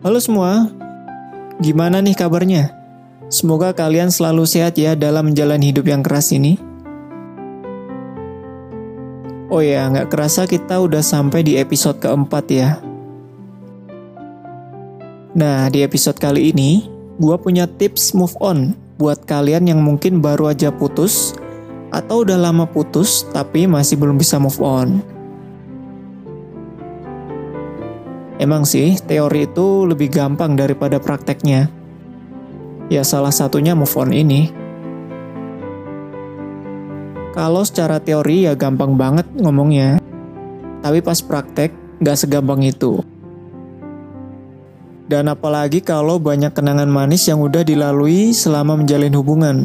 Halo semua, gimana nih kabarnya? Semoga kalian selalu sehat ya dalam menjalani hidup yang keras ini. Oh ya, nggak kerasa kita udah sampai di episode keempat ya. Nah, di episode kali ini, gua punya tips move on buat kalian yang mungkin baru aja putus atau udah lama putus tapi masih belum bisa move on. Emang sih, teori itu lebih gampang daripada prakteknya. Ya salah satunya move on ini. Kalau secara teori ya gampang banget ngomongnya. Tapi pas praktek, gak segampang itu. Dan apalagi kalau banyak kenangan manis yang udah dilalui selama menjalin hubungan.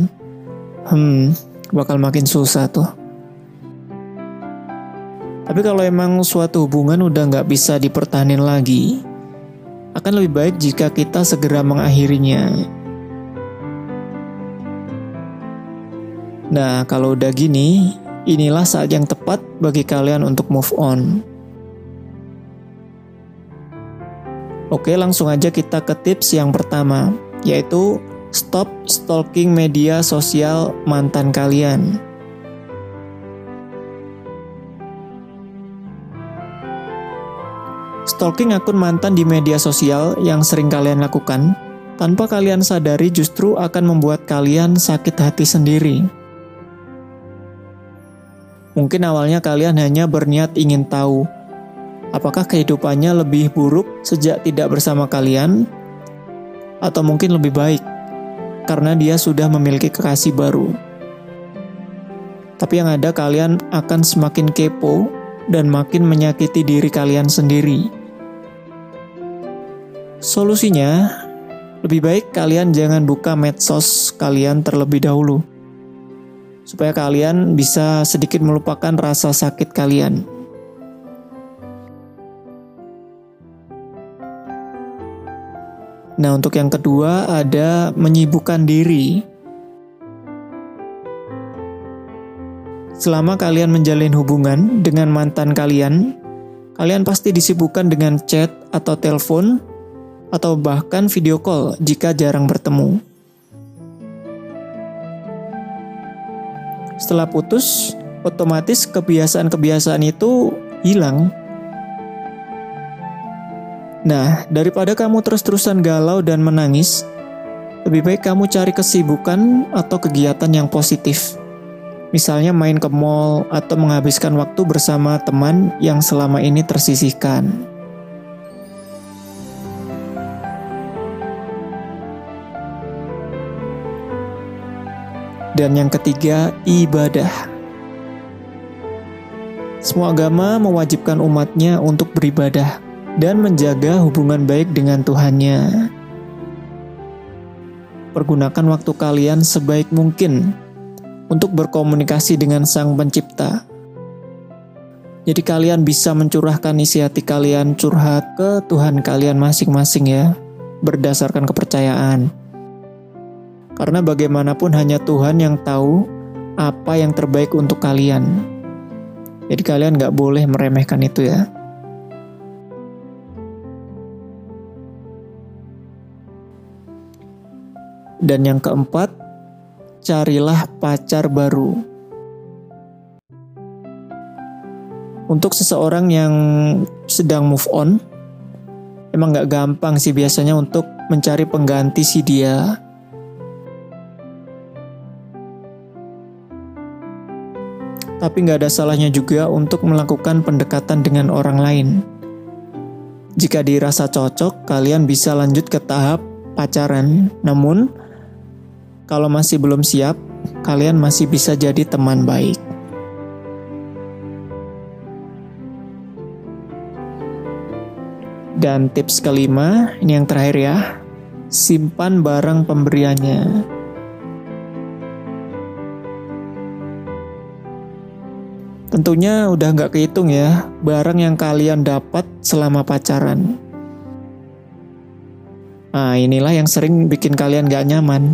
Bakal makin susah tuh. Tapi kalau emang suatu hubungan udah gak bisa dipertahanin lagi, akan lebih baik jika kita segera mengakhirinya. Nah, kalau udah gini, inilah saat yang tepat bagi kalian untuk move on. Oke, langsung aja kita ke tips yang pertama, yaitu stop stalking media sosial mantan kalian. Stalking akun mantan di media sosial yang sering kalian lakukan, tanpa kalian sadari justru akan membuat kalian sakit hati sendiri. Mungkin awalnya kalian hanya berniat ingin tahu, apakah kehidupannya lebih buruk sejak tidak bersama kalian, atau mungkin lebih baik, karena dia sudah memiliki kekasih baru. Tapi yang ada kalian akan semakin kepo, dan makin menyakiti diri kalian sendiri. Solusinya, lebih baik kalian jangan buka medsos kalian terlebih dahulu, supaya kalian bisa sedikit melupakan rasa sakit kalian. Nah, untuk yang kedua ada menyibukkan diri. Selama kalian menjalin hubungan dengan mantan kalian pasti disibukkan dengan chat atau telepon, atau bahkan video call jika jarang bertemu. Setelah putus, otomatis kebiasaan-kebiasaan itu hilang. Nah, daripada kamu terus-terusan galau dan menangis, lebih baik kamu cari kesibukan atau kegiatan yang positif. Misalnya main ke mall atau menghabiskan waktu bersama teman yang selama ini tersisihkan. Dan yang ketiga, ibadah. Semua agama mewajibkan umatnya untuk beribadah dan menjaga hubungan baik dengan Tuhannya. Pergunakan waktu kalian sebaik mungkin untuk berkomunikasi dengan Sang Pencipta. Jadi kalian bisa mencurahkan isi hati kalian curhat ke Tuhan kalian masing-masing ya, berdasarkan kepercayaan. Karena bagaimanapun hanya Tuhan yang tahu apa yang terbaik untuk kalian. Jadi kalian gak boleh meremehkan itu ya. Dan yang keempat, carilah pacar baru. Untuk seseorang yang sedang move on, emang gak gampang sih biasanya untuk mencari pengganti si dia. Tapi gak ada salahnya juga untuk melakukan pendekatan dengan orang lain. Jika dirasa cocok, kalian bisa lanjut ke tahap pacaran. Namun, kalau masih belum siap, kalian masih bisa jadi teman baik. Dan tips kelima, ini yang terakhir ya, simpan barang pemberiannya. Tentunya udah gak kehitung ya, barang yang kalian dapat selama pacaran. Nah, inilah yang sering bikin kalian gak nyaman.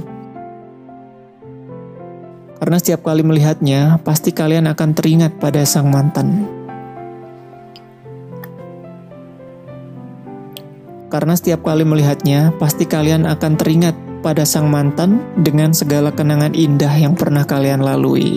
Karena setiap kali melihatnya, pasti kalian akan teringat pada sang mantan. Karena setiap kali melihatnya, pasti kalian akan teringat pada sang mantan dengan segala kenangan indah yang pernah kalian lalui.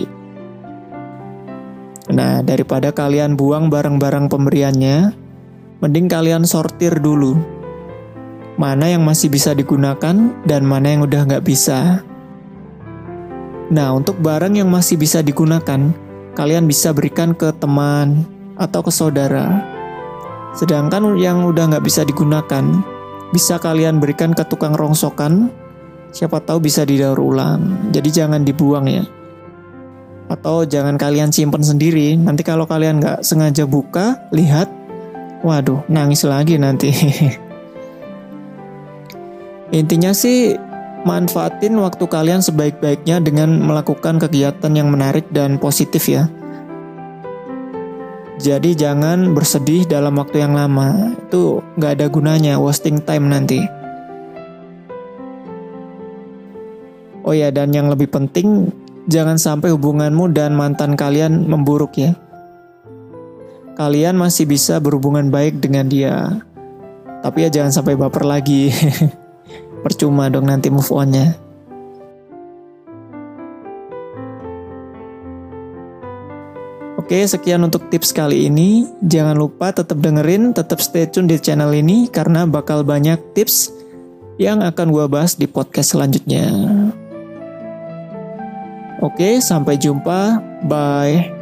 Nah, daripada kalian buang barang-barang pemberiannya, mending kalian sortir dulu. Mana yang masih bisa digunakan dan mana yang udah nggak bisa. Nah, untuk barang yang masih bisa digunakan, kalian bisa berikan ke teman atau ke saudara. Sedangkan yang udah nggak bisa digunakan, bisa kalian berikan ke tukang rongsokan, siapa tahu bisa didaur ulang. Jadi jangan dibuang ya. Atau jangan kalian simpen sendiri, nanti kalau kalian nggak sengaja buka, lihat, waduh, nangis lagi nanti. Intinya sih, manfaatin waktu kalian sebaik-baiknya dengan melakukan kegiatan yang menarik dan positif ya. Jadi jangan bersedih dalam waktu yang lama, itu nggak ada gunanya, wasting time nanti. Oh ya, dan yang lebih penting, jangan sampai hubunganmu dan mantan kalian memburuk ya. Kalian masih bisa berhubungan baik dengan dia, tapi ya jangan sampai baper lagi. Percuma dong nanti move on-nya. Oke, sekian untuk tips kali ini. Jangan lupa tetap dengerin, tetap stay tune di channel ini karena bakal banyak tips yang akan gue bahas di podcast selanjutnya. Oke, sampai jumpa. Bye.